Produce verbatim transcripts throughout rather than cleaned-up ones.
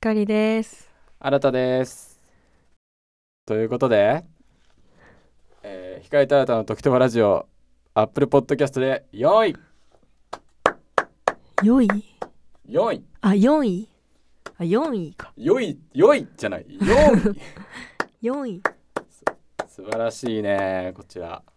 光です。 新田です。ということで、えー、光と新たの時とばラジオアップルポッドキャストでよんいよいよんいあ、よんいあ、よんいか。 よいよいじゃないよんいよんい素晴らしいね。こちら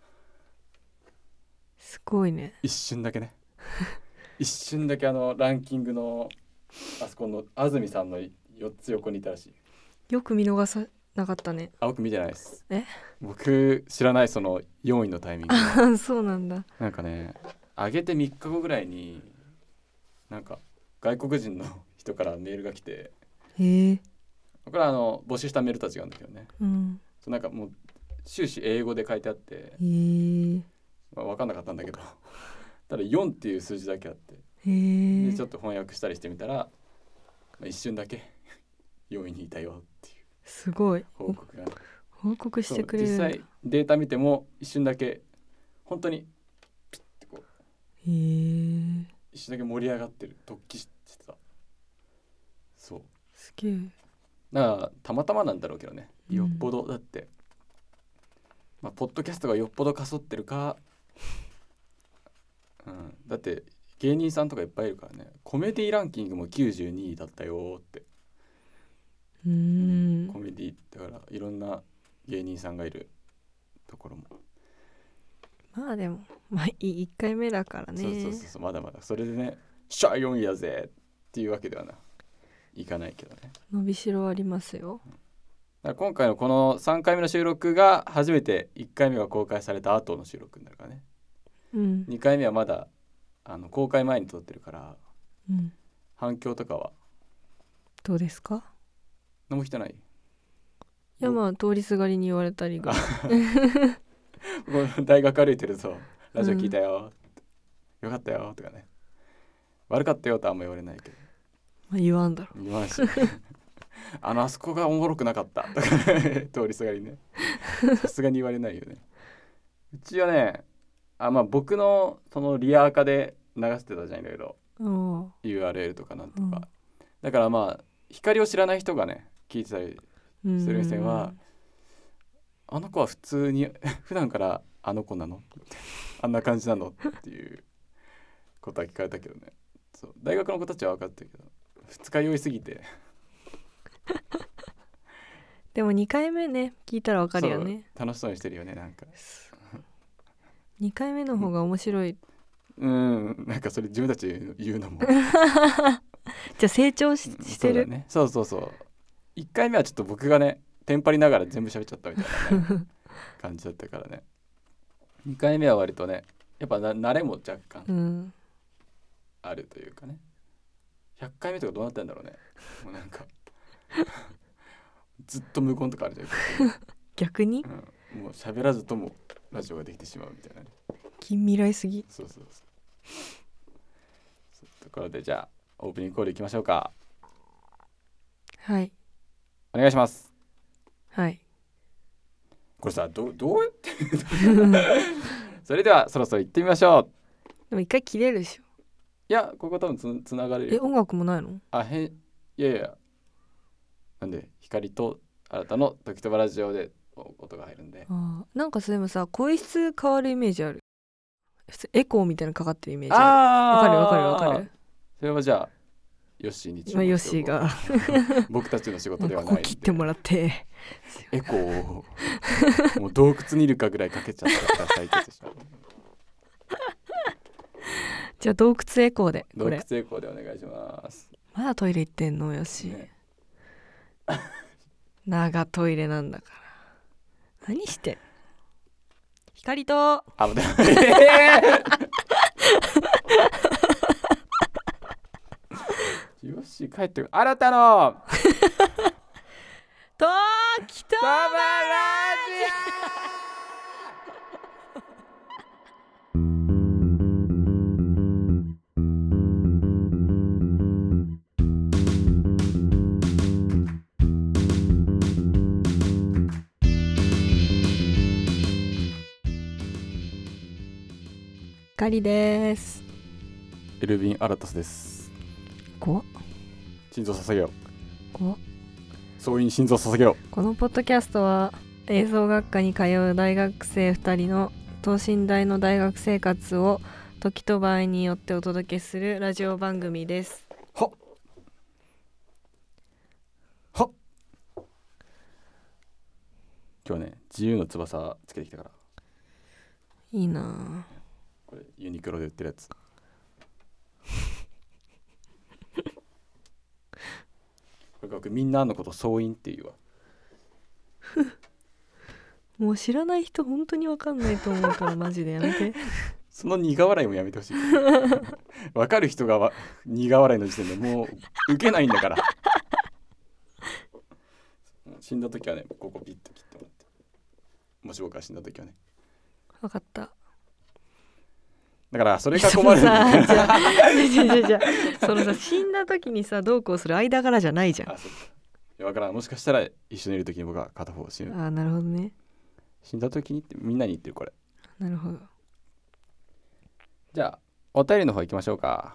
すごいね。 一瞬だけね一瞬だけあのランキングのあそこの安住さんのよっつ横にいたらしい。 よく見逃さなかったね。 あ、僕見てないです。 え僕知らないそのよんいのタイミング。 あ、そうなんだ。 なんかね、上げてみっかごぐらいになんか外国人の人からメールが来て、 へえ。 これはあの募集したメールたちがあるんだけどね、 うん。 そうなんかもう終始英語で書いてあって、 へえ。 まあ、分かんなかったんだけどただよんっていう数字だけあって、 へえ。 でちょっと翻訳したりしてみたら、まあ、一瞬だけよんいにいたよっていうすごい。 報告が、ね、 報告してくれるんだ。 実際データ見ても一瞬だけ本当にピッてこう、 へえ。 一瞬だけ盛り上がってる、突起してた。そうすげえ。 だからたまたまなんだろうけどね、よっぽど、 うん、 だって、まあ、ポッドキャストがよっぽどかそってるか、うん、だって芸人さんとかいっぱいいるからね。コメディランキングもきゅうじゅうにいだったよって。 うーん、 コメディだからいろんな芸人さんがいるところも、 まあでもまあいっかいめだからね。 そうそうそうそう、まだまだそれでね、シャーよんいやぜっていうわけではないかないけどね。 伸びしろありますよ。 だから今回のこのさんかいめの収録が初めていっかいめが公開された後の収録になるからね。 うん、 にかいめはまだあの公開前に撮ってるから、 うん、 反響とかはどうですか？ 何も来てない。 いや、まあ通りすがりに言われたりが大学歩いてるとラジオ聞いたよ、うん、よかったよとかね、悪かったよとはあんま言われないけど、 まあ言わんだろ言わんしあのあそこがおもろくなかったとか通りすがりね、さすがに言われないよね。うちはね、あ、まあ僕のそのリアーカで流してたじゃん、いろいろ ユーアールエル とかなんとか、うん、だからまあ光を知らない人がね聞いてたりする目線は、あの子は普通に普段からあの子なのあんな感じなのっていうことは聞かれたけどね。そう大学の子たちは分かったけど、二日酔いすぎてでもにかいめね聞いたら分かるよね。 楽しそうにしてるよね、なんかにかいめの方が面白いうん、なんかそれ自分たち言うのもじゃあ成長 し, してる、 そうだね、そうそうそう。いっかいめはちょっと僕がねテンパりながら全部喋っちゃったみたいな、ね、感じだったからね。にかいめは割とねやっぱな慣れも若干あるというかね、ひゃっかいめとかどうなってんだろうね。もうなんかずっと無言とかあるじゃん逆に、 うん、もう喋らずともラジオができてしまうみたいなね。 近未来すぎ。 そうそうそう。ところでじゃあオープニングコールいきましょうか。 はい、 お願いします。 はい。 これさ ど, どうやってそれではそろそろ行ってみましょう。 でも一回切れるでしょ。 いや、ここ多分 つ, つながれるよ。 え、音楽もないの？ あ、へん、いやいや、なんで光と新たの時とばラジオで音が入るんで。 あ、なんかそれもさ、声質変わるイメージある。エコーみたいなのかかってるイメージある。わかるわかるわかる。 それはじゃあヨッシーに注目ヨッシーが僕たちの仕事ではないんで、 ここ切ってもらってエコーをもう洞窟にいるかぐらいかけちゃったら採決しちゃうじゃあ洞窟エコーで、 洞窟エコーでお願いします。 まだトイレ行ってんのよし、ね、長トイレなんだから何して光とあ、待ってよし帰ってくる。新たのときとばラジ光です。 エルヴィン・アラタスです。 こ心臓捧げよう。 お総員心臓捧げろ。 このポッドキャストは映像学科に通う大学生ふたりの等身大の大学生活を時と場合によってお届けするラジオ番組です。 はっはっ今日はね自由の翼つけてきたから。 いいなこれユニクロで売ってるやつ。これ僕みんなのこと総員っていうわ。 もう知らない人本当に分かんないと思うからマジでやめて。 その苦笑いもやめてほしい。分かる人がわ苦笑いの時点でもう受けないんだから。死んだ時はねここピッと切ってもらって、もし僕が死んだ時はね。 分かった。 だからそれが困るんだよ。 じゃあじゃあじゃあじゃあそのさ死んだ時にさどうこうする間柄じゃないじゃん。 あ、そうか。いや分からん、もしかしたら一緒にいる時に僕は片方死ぬ。 あ、なるほどね。 死んだ時にってみんなに言ってるこれ。 なるほど。 じゃあお便りの方行きましょうか。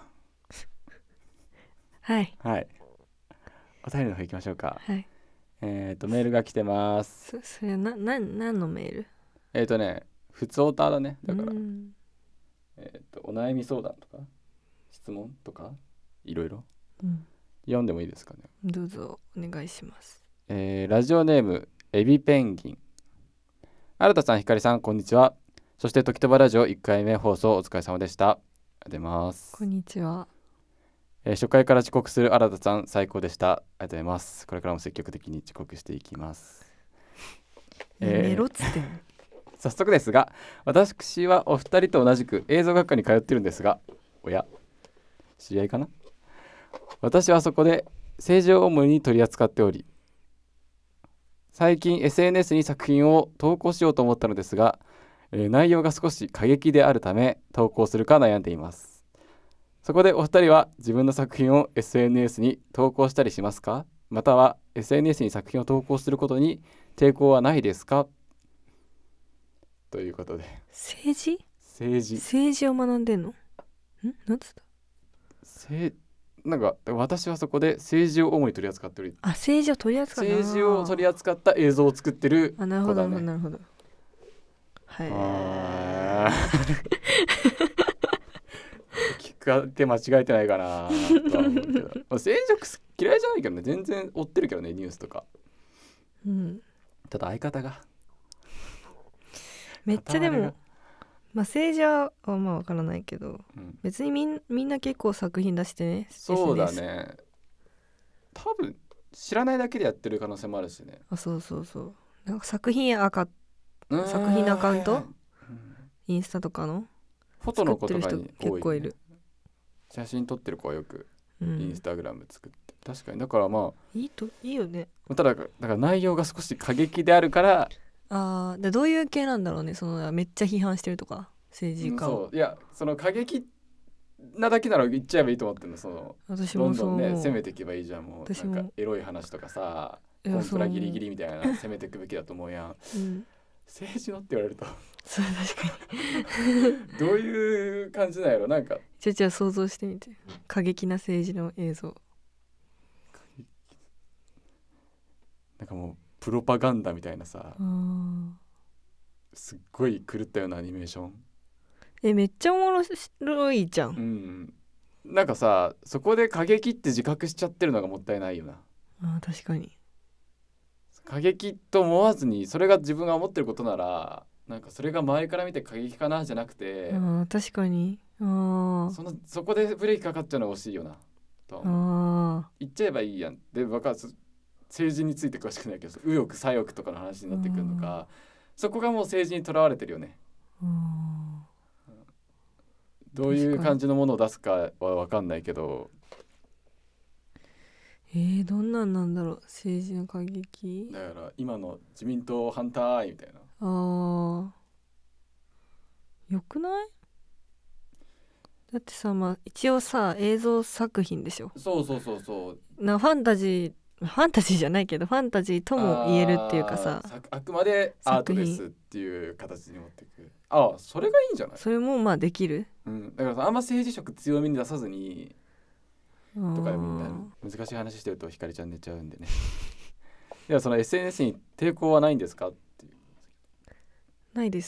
はいはいお便りの方行きましょうか。 はい。 えっ、ー、とメールが来てます。 そ, それはなな何のメール？ えっ、ー、とね普通オタだね。だからうんえっ、ー、とお悩み相談とか質問とかいろいろうん読んでもいいですかね。 どうぞお願いします。 えー、ラジオネームエビペンギン。新田さん、ひかりさん、こんにちは。そして時とばラジオいっかいめ放送お疲れ様でした。ありがとうございます。 こんにちは。 えー、初回から遅刻する新田さん最高でした。ありがとうございます。これからも積極的に遅刻していきます。 えー、メロっつってんの。 早速ですが、私はお二人と同じく映像学科に通ってるんですが、おや知り合いかな。私はそこで政治を主に取り扱っており、最近 エスエヌエス に作品を投稿しようと思ったのですが、えー、内容が少し過激であるため投稿するか悩んでいます。そこでお二人は自分の作品を エスエヌエス に投稿したりしますか？または エスエヌエス に作品を投稿することに抵抗はないですか？ということで。 政治？ 政治政治を学んでんの？ん？なんつった？ せなんか私はそこで政治を主に取り扱っており、 あ、政治を取り扱って政治を取り扱った映像を作ってる子だね。 あ、なるほどなるほど。はい。 あ聞く手間違えてないかなとは思うけど政治嫌いじゃないけどね、全然追ってるけどね、ニュースとか。 うん。 ただ相方がめっちゃでもまあ政治はまあわからないけど、 うん、 別にみんみんな結構作品出してね。 そうだね。多分知らないだけでやってる可能性もあるしね。 あ、そうそうそう。なんか作品赤作品のアカウント、はいはい、うん、インスタとかのフォトの子とかに多い、ね、 結構いる。 写真撮ってる子はよくインスタグラム作って、うん、確かに。だからまあいいといいよね。 ただだから内容が少し過激であるから。 ああ、どういう系なんだろうね。そのめっちゃ批判してるとか政治家を、 うん、そういやその過激なだけなら言っちゃえばいいと思ってるの。その私もそうどんどんね攻めていけばいいじゃん。もうなんかエロい話とかさ、コンプラギリギリみたいな攻めていくべきだと思うやん、うん、政治のって言われるとそう確かにどういう感じなんやろ。なんかじゃあじゃあ想像してみて、過激な政治の映像。 なんかもうプロパガンダみたいなさ、すっごい狂ったようなアニメーション。 え、めっちゃおもろいじゃん、 うん、なんかさそこで過激って自覚しちゃってるのがもったいないよな。 あ、確かに。 過激と思わずにそれが自分が思ってることなら、なんかそれが周りから見て過激かなじゃなくて、 あ、確かに。あ、 そのそこでブレーキかかっちゃうのが惜しいよなと思う。あ、言っちゃえばいいやん。で僕は政治について詳しくないけど右翼左翼とかの話になってくるのか、そこがもう政治にとらわれてるよね。あ、どういう感じのものを出すかは分かんないけど、 えー、どんなんなんだろう政治の過激。 だから今の自民党反対みたいな。 あー、よくない？だってさ、まあ一応さ映像作品でしょ。 そうそうそうそう。 なファンタジーファンタジーじゃないけどファンタジーとも言えるっていうかさ、 あ, あくまでアートですっていう形に持っていく。ああ、それがいいんじゃない？ それもまあできる、 うん、だからさあんま政治色強めに出さずに、 とかでみんな難しい話してるとひかりちゃん寝ちゃうんでねではその エスエヌエス に抵抗はないんですかっていう。 ないです。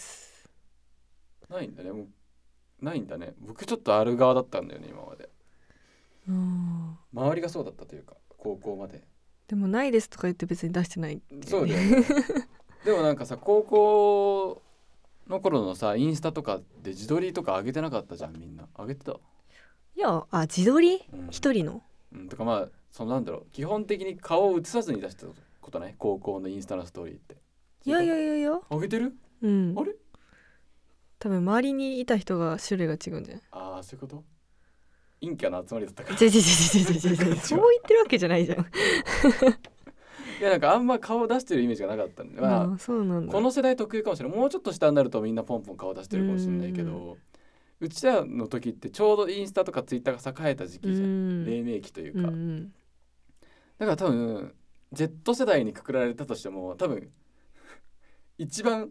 ないんだね。もうないんだね。僕ちょっとある側だったんだよね今まで。 うん周りがそうだったというか高校まで。 でもないですとか言って別に出してないっていうね。 そうだよねでもなんかさ高校の頃のさインスタとかで自撮りとか上げてなかったじゃん。みんな上げてた。 いやあ自撮りうん一人のうん、とかまあそのなんだろう基本的に顔を映さずに出したことない高校のインスタのストーリーって。 いやいやいやいや上げてる。 うんあれ多分周りにいた人が種類が違うんじゃない。 ああそういうこと。陰キャの集まりだったから違う違う違う違う違う違うそう言ってるわけじゃないじゃん。 いやなんかあんま顔出してるイメージがなかったんで、まあ、 あそうなんだ。 この世代特有かもしれない。もうちょっと下になるとみんなポンポン顔出してるかもしれないけど、うちらの時ってちょうどインスタとかツイッターが栄えた時期じゃん。黎明期というか、 うんうん、 だから多分 Z 世代にくくられたとしても多分一番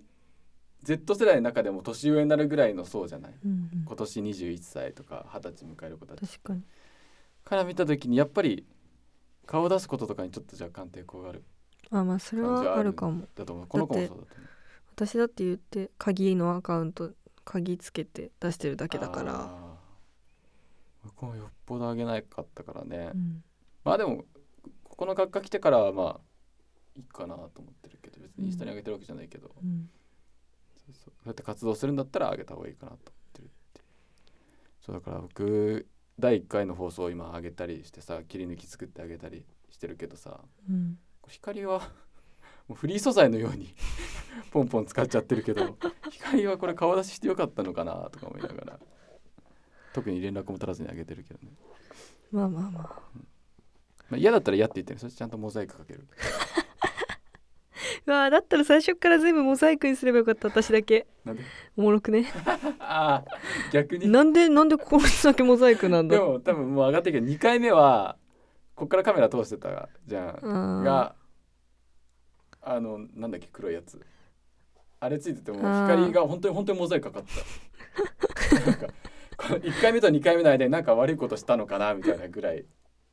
Z 世代の中でも年上になるぐらいの層じゃない、 うんうん、 今年にじゅういっさいとかはたち迎える子たち確かにから見た時にやっぱり顔を出すこととかにちょっと若干抵抗がある。 あまあそれはあるかも。 だと思う。この子もそうだと思う。 私だって言って鍵のアカウント鍵つけて出してるだけだから。 僕もよっぽどあげなかったからね、 うん、 まあでもここの学科来てからはまあいいかなと思ってるけど別にインスタに上げてるわけじゃないけど、 うん、 そうそうそうやって活動するんだったら上げた方がいいかなと思ってるっていう。そうだから僕だいいっかいの放送を今上げたりしてさ切り抜き作ってあげたりしてるけどさ、 うん、 光はもうフリー素材のようにポンポン使っちゃってるけど光はこれ顔出ししてよかったのかなとか思いながら特に連絡も取らずにあげてるけどね。 まあまあまあ、うん、 まあ嫌だったら嫌って言ってる。そしてちゃんとモザイクかけるうわだったら最初から全部モザイクにすればよかった。私だけなんでおもろくねああ逆になんでなんでこいつだけモザイクなんだ。 でも多分もう上がってるけどにかいめはこっからカメラ通してたじゃんがあのなんだっけ黒いやつあれついてても光が本当に本当にモザイクかかったなんかこのいっかいめとにかいめの間になんか悪いことしたのかなみたいなぐらい。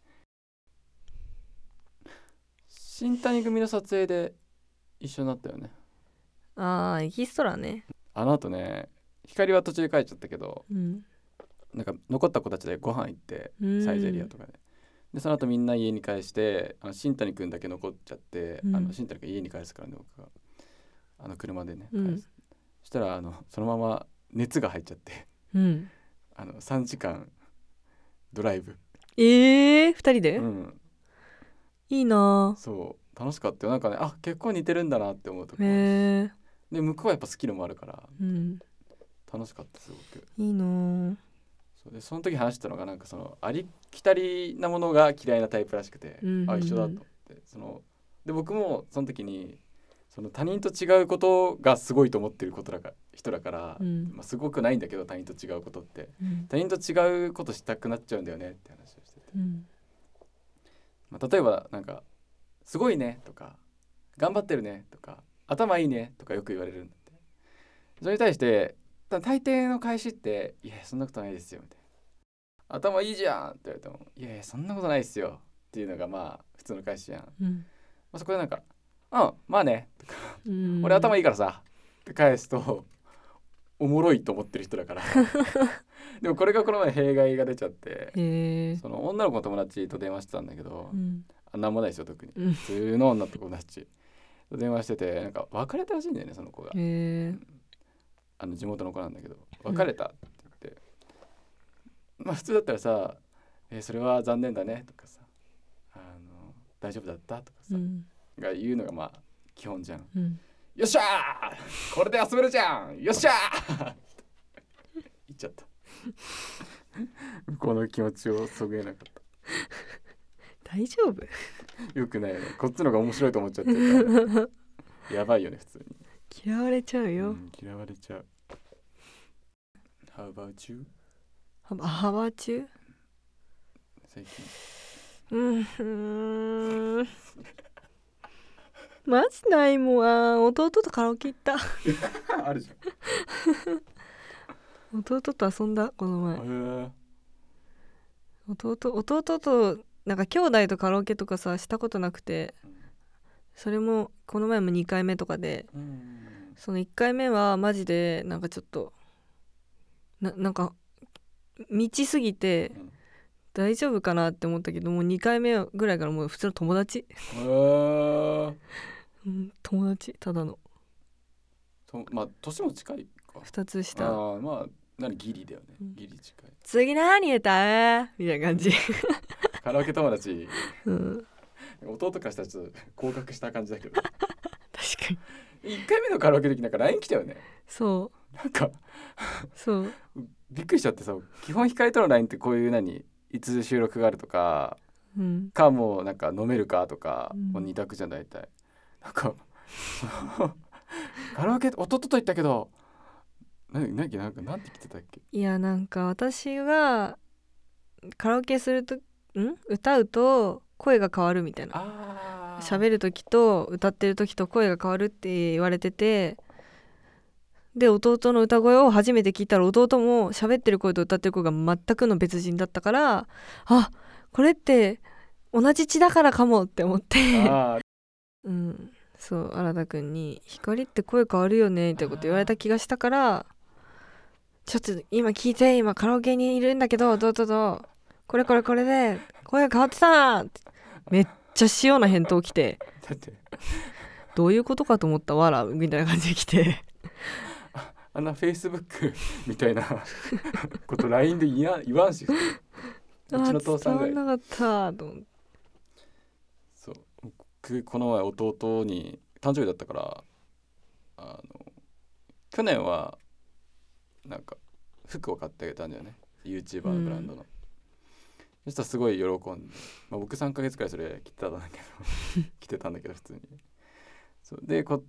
新谷組の撮影で一緒になったよね。 あーエキストラね。 あの後ね光は途中で帰っちゃったけど、うん、なんか残った子たちでご飯行ってサイゼリアとかで、でその後みんな家に帰してあの新谷くんだけ残っちゃって、うん、あの新谷くん家に帰すからね僕があの車でね帰す、うん、そしたらあのそのまま熱が入っちゃって、うん、あのさんじかんドライブえー、ふたりで、 うん、 いいな。 そう楽しかったよ。なんかねあ結構似てるんだなって思うところへで向こうはやっぱスキルもあるから、 うん、 楽しかったすごくいいな。 そうでその時話したのがなんかそのありきたりなものが嫌いなタイプらしくて、うんうんうん、あ一緒だと思ってそので僕もその時にその他人と違うことがすごいと思ってることだか人だから、うんまあ、すごくないんだけど他人と違うことって、うん、他人と違うことしたくなっちゃうんだよねって話をしてて、うんまあ、例えばなんかすごいねとか頑張ってるねとか頭いいねとかよく言われるんだって。それに対して大抵の返しっていやそんなことないですよみたいな頭いいじゃんって言われてもいやいやそんなことないですよっていうのがまあ普通の返しじゃん、うんまあ、そこでなんかうんまあねとか俺頭いいからさって返すとおもろいと思ってる人だからでもこれがこの前弊害が出ちゃってその女の子の友達と電話してたんだけど、うん、あなんもないですよ特に、うん、普通の女の友達と電話しててなんか別れたらしいんだよねその子が、あの地元の子なんだけど別れたって言って、うん、まあ普通だったらさ、えー、それは残念だねとかさあの大丈夫だったとかさ、うん、が言うのがまあ基本じゃん、うん、よっしゃーこれで遊べるじゃんよっしゃー言っちゃった向こうの気持ちをそぐえなかった大丈夫よくないよねこっちの方が面白いと思っちゃってるからやばいよね普通に嫌われちゃうよ、うん、 嫌われちゃう。How about you? How about you? 最近うんマジないもん。弟とカラオケ行ったあるじゃん弟と遊んだこの前、 へー弟弟となんか兄弟とカラオケとかさしたことなくて、それもこの前もにかいめとかで、 うん、 そのいっかいめはマジでなんかちょっと な, なんか道すぎてうん、 大丈夫かなって思ったけど、もうにかいめぐらいからもう普通の友達、 へーうん、友達ただのとまあ年も近いか。 ふたつあ下。 ーまあ何ギリだよね、 うんギリ近い。 次何歌うみたいな感じ、 カラオケ友達うん、 弟からしたらちょっと降格した感じだけど確かにいっかいめのカラオケの時なんか ライン 来たよね。 そなんかうそうびっくりしちゃってさ、基本光との ライン ってこういう何いつ収録があるとかうんか、もうなんか飲めるかとか、 うんもうに択じゃん大体。なんかカラオケ弟と言ったけどななんかなんかなんて言ってたっけ。 いやなんか私がカラオケするとん歌うと声が変わるみたいな、 あー喋る時と歌ってる時と声が変わるって言われてて、で弟の歌声を初めて聞いたら弟も喋ってる声と歌ってる声が全くの別人だったから、あこれって同じ血だからかもって思ってあーうんそう新田くんに光って声変わるよねってこと言われた気がしたから、ちょっと今聞いて、今カラオケにいるんだけど弟とこれこれこれで声が変わってたってめっちゃ塩な返答来て、 だってどういうことかと思ったわらみたいな感じで来てあんなフェイスブックみたいなこと ライン で言わ言わんし、うちの父さんぐらい。 あ伝わんなかったと思って。 そう僕この前弟に誕生日だったから、あの去年はなんか服を買ってあげたんだよね、 YouTuber のブランドの、うん、そしたらすごい喜んで、まあ、僕さんかげつくらいそれ着てたんだけど着てたんだけど普通に。そうでこ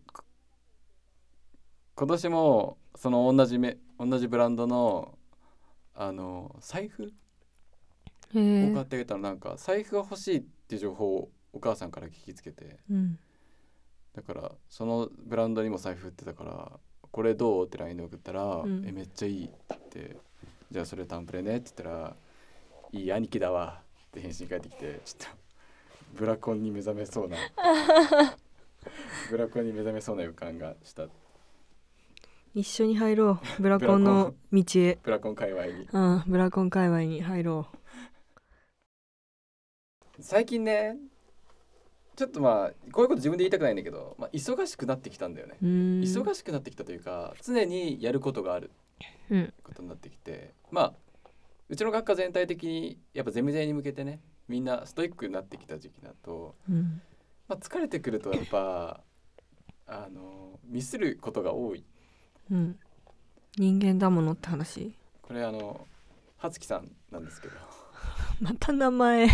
今年もその同じめ同じブランドのあの財布を買ってあげたら、なんか財布が欲しいっていう情報をお母さんから聞きつけて、 うん、 だからそのブランドにも財布売ってたからこれどうって ライン で送ったら、うん、えめっちゃいいって、じゃあそれタンプレねって言ったらいい兄貴だわって返信返ってきて、ちょっとブラコンに目覚めそうなブラコンに目覚めそうな予感がした。 一緒に入ろうブラコンの道へブラコン界隈に、 うん、ブラコン界隈に入ろう。 最近ねちょっとまあこういうこと自分で言いたくないんだけど、まあ、忙しくなってきたんだよね。忙しくなってきたというか常にやることがあることになってきて、うん、まあうちの学科全体的にやっぱゼミゼミに向けてねみんなストイックになってきた時期だと、うんまあ、疲れてくるとやっぱあのミスることが多い、 うん、人間だものって話。 これあのはつきさんなんですけどまた名前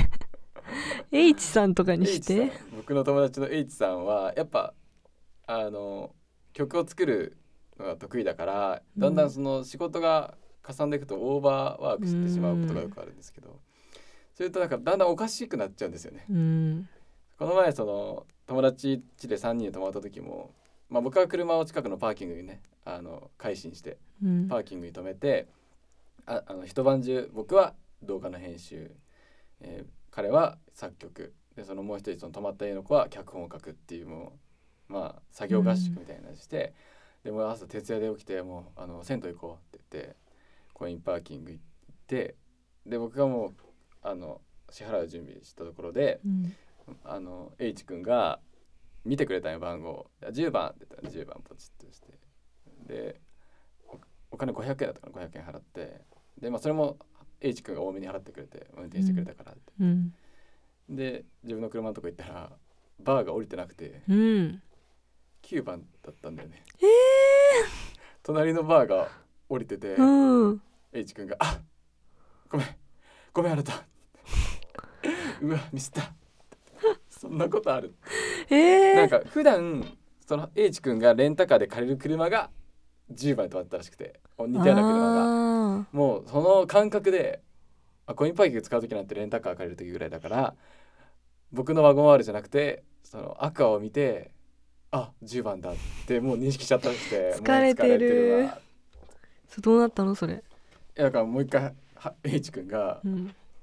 H さんとかにして。 僕の友達の H さんはやっぱあの曲を作るのが得意だからだんだんその仕事がかさんでいくとオーバーワークしてしまうことがよくあるんですけど、それとなんかだんだんおかしくなっちゃうんですよね。うんこの前その友達家でさんにんで泊まった時も、まあ、僕は車を近くのパーキングにねあの改心してパーキングに止めて、うん、ああの一晩中僕は動画の編集、えー、彼は作曲で、そのもう一人その泊まった家の子は脚本を書くっていうもうまあ作業合宿みたいなのして、うん、でも朝徹夜で起きてもうあの銭湯行こうって言ってコインパーキング行ってで僕がもうあの支払う準備したところで、うん、あの H 君が見てくれたよ番号じゅうばんって言ったらじゅうばんポチッとしてで お, お金ごひゃくえんだったからごひゃくえん払ってで、まあ、それも H 君が多めに払ってくれて運転してくれたからって、うん、で自分の車のとこ行ったらバーが降りてなくて、うん、きゅうばんだったんだよね、えー、隣のバーが降りてて、うん、H 君があごめんごめんあなたうわミスったそんなことある、えー、なんか普段その H 君がレンタカーで借りる車がじゅうばんで止まったらしくて似たような車がもうその感覚であコインパーキング使う時なんてレンタカー借りる時ぐらいだから僕のワゴン R じゃなくてその赤を見てあじゅうばんだってもう認識しちゃったりして疲れてる、もう疲れてるわ。どうなったのそれ。 いやだからもう一回 H 君が、うん、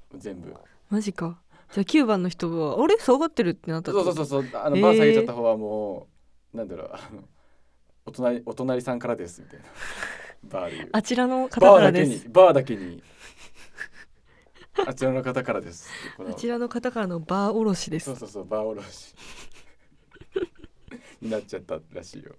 全部。 マジか。じゃあきゅうばんの人はあれ下がってるってなったってこと？ そうそうそうそう、あのバー下げちゃった方はもう、なんだろう、あのお隣お隣さんからですみたいな。バーで言う。 あちらの方バーだけにからです。 バーだけにあちらの方からですってこのあちらの方からのバーおろしです。 そうそうそう、バーおろしになっちゃったらしいよ。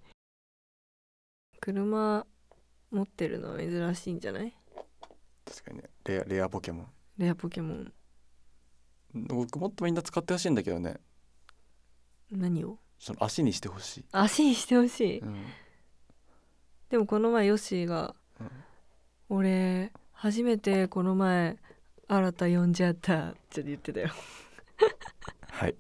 車持ってるのは珍しいんじゃない？ 確かにね、レアレアポケモン。 レアポケモン。 僕もっとみんな使ってほしいんだけどね。 何を？ その足にしてほしい。 足にしてほしい、 うん、 でもこの前ヨッシーが、 うん、 俺初めてこの前新た呼んじゃったって言ってたよ。 はい、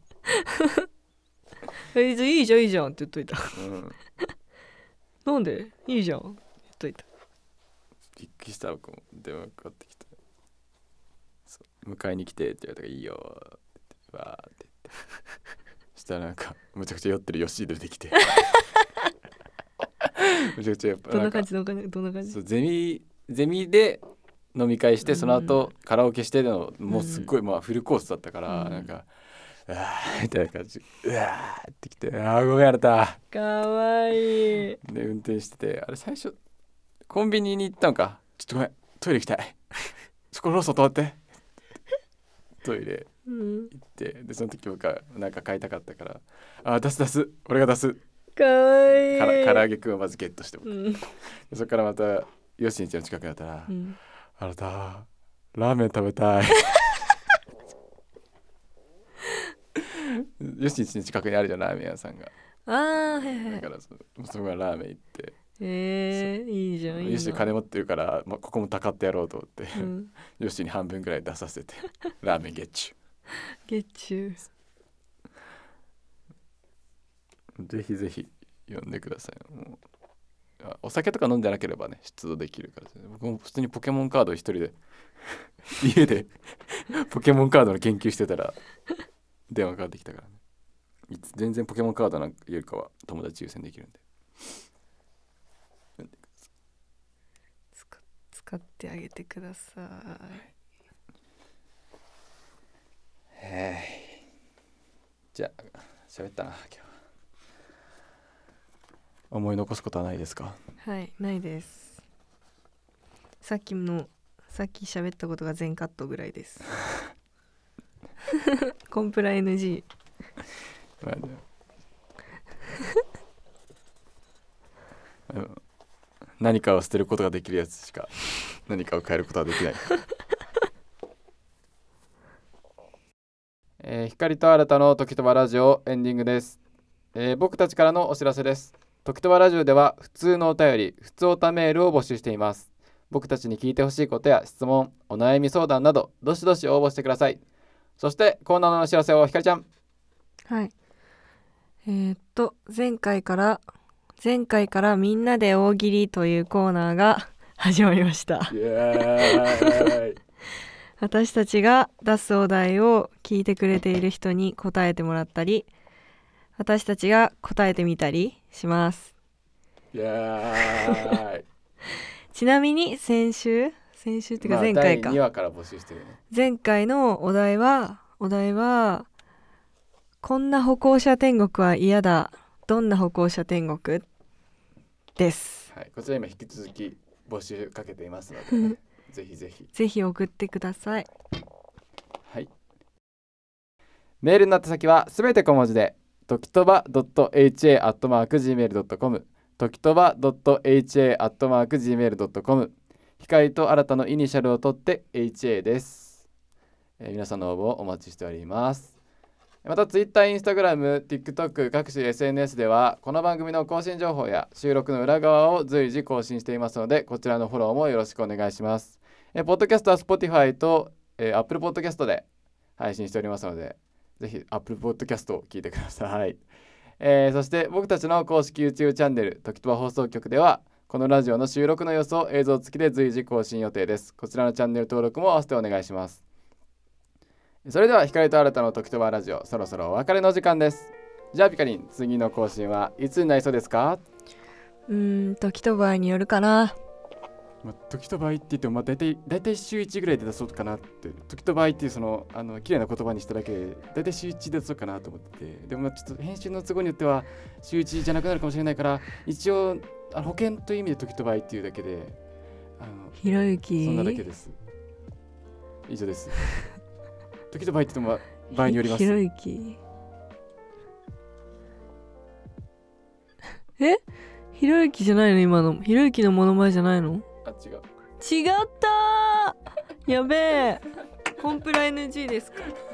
えじゃあいいじゃんいいじゃんって言っといた。 うん、 なんでいいじゃん言っといた。 びっくりした僕も電話かかってきて、そう迎えに来てって言われたからいいよって言ってわーって言ってそしたらなんかむちゃくちゃ酔ってるヨッシー出てきてむちゃくちゃやっぱどんななんか感じどんな感じどんな感じそうゼミゼミで飲み会して、その後カラオケしてのもうすっごい、まあフルコースだったから、 うんなんかうわーみたいな感じ、うわーってきて、あーごめんあれたかわいい。 で運転してて、あれ最初コンビニに行ったのか、ちょっとごめんトイレ行きたいそこローソン止まってトイレうん行って、でその時僕はなんか買いたかったから、あ出す出す俺が出すかわいい。 から唐揚げくんをまずゲットして、 うんでそこからまたヨシンちゃんの近くだったら、 うんあなたラーメン食べたいヨシンちの近くにあるじゃんラーメン屋さんが。 あーはいはい。 だからそそこからラーメン行って、 えー、いいじゃんいいな。 ヨシン金持ってるから、まあ、ここもたかってやろうと思って、 うん、 ヨシンに半分ぐらい出させてラーメンゲッチゲッチュュぜひぜひ呼んでください。もうお酒とか飲んでなければね出動できるから、僕も普通にポケモンカード一人で家でポケモンカードの研究してたら電話かかってきたからね。いつ全然ポケモンカードなんかよりかは友達優先できるんで使使ってあげてください。 へえ、じゃあ喋ったな今日。思い残すことはないですか？ はいないです。さっきのさっき喋ったことが全カットぐらいですコンプラ エヌジーまあねうん何かを捨てることができるやつしか何かを変えることはできないえー、光と新たの時とばラジオエンディングです、えー、僕たちからのお知らせです。時とばラジオでは普通のお便り、普通おたメールを募集しています。僕たちに聞いてほしいことや質問、お悩み相談などどしどし応募してください。そしてコーナーのお知らせをひかりちゃん。 はいえー、っと前回から前回からみんなで大喜利というコーナーが始まりました。 イエーイ私たちが出すお題を聞いてくれている人に答えてもらったり、私たちが答えてみたりします。 イエーイちなみに先週先週っていうか前回か、 まあ、だいにわから募集してるね。 前回のお題はお題はこんな歩行者天国は嫌だ、どんな歩行者天国です。 はい、こちら今引き続き募集かけていますので、ね、ぜひぜひぜひ送ってください。 はい、メールの宛先はすべて小文字でときとば .ha アットマーク ジーメールドットコム ときとば .ha アットマーク ジーメールドットコム、 光と新たのイニシャルを取って エイチエー です、えー、皆さんの応募お待ちしております。また Twitter、Instagram、TikTok 各種 エスエヌエス ではこの番組の更新情報や収録の裏側を随時更新していますので、こちらのフォローもよろしくお願いします。えー、ポッドキャストは Spotify と、えー、Apple Podcast で配信しておりますので、ぜひ Apple Podcast を聞いてください。えー、そして僕たちの公式 YouTube チャンネル時とば放送局ではこのラジオの収録の様子を映像付きで随時更新予定です。こちらのチャンネル登録も合わせてお願いします。それでは光と新たの時とばラジオ、そろそろお別れの時間です。じゃあピカリン、次の更新はいつになりそうですか？ うーん時と場合によるかな。 まあ、時と場合って言っても、まあ、大体大体週いちぐらいで出そうかなって、時と場合っていうそのあの綺麗な言葉にしただけで大体週いちで出そうかなと思ってて、でもまあちょっと編集の都合によっては週いちじゃなくなるかもしれないから、一応あの保険という意味で時と場合っていうだけで、あのひろゆきそんなだけです。以上です。時と場合って言っても場合によります。 ひろゆきえひろゆきじゃないの今の。ひろゆきのモノマネじゃないの？ あ、違う。 違ったーやべえコンプラ エヌジー ですか？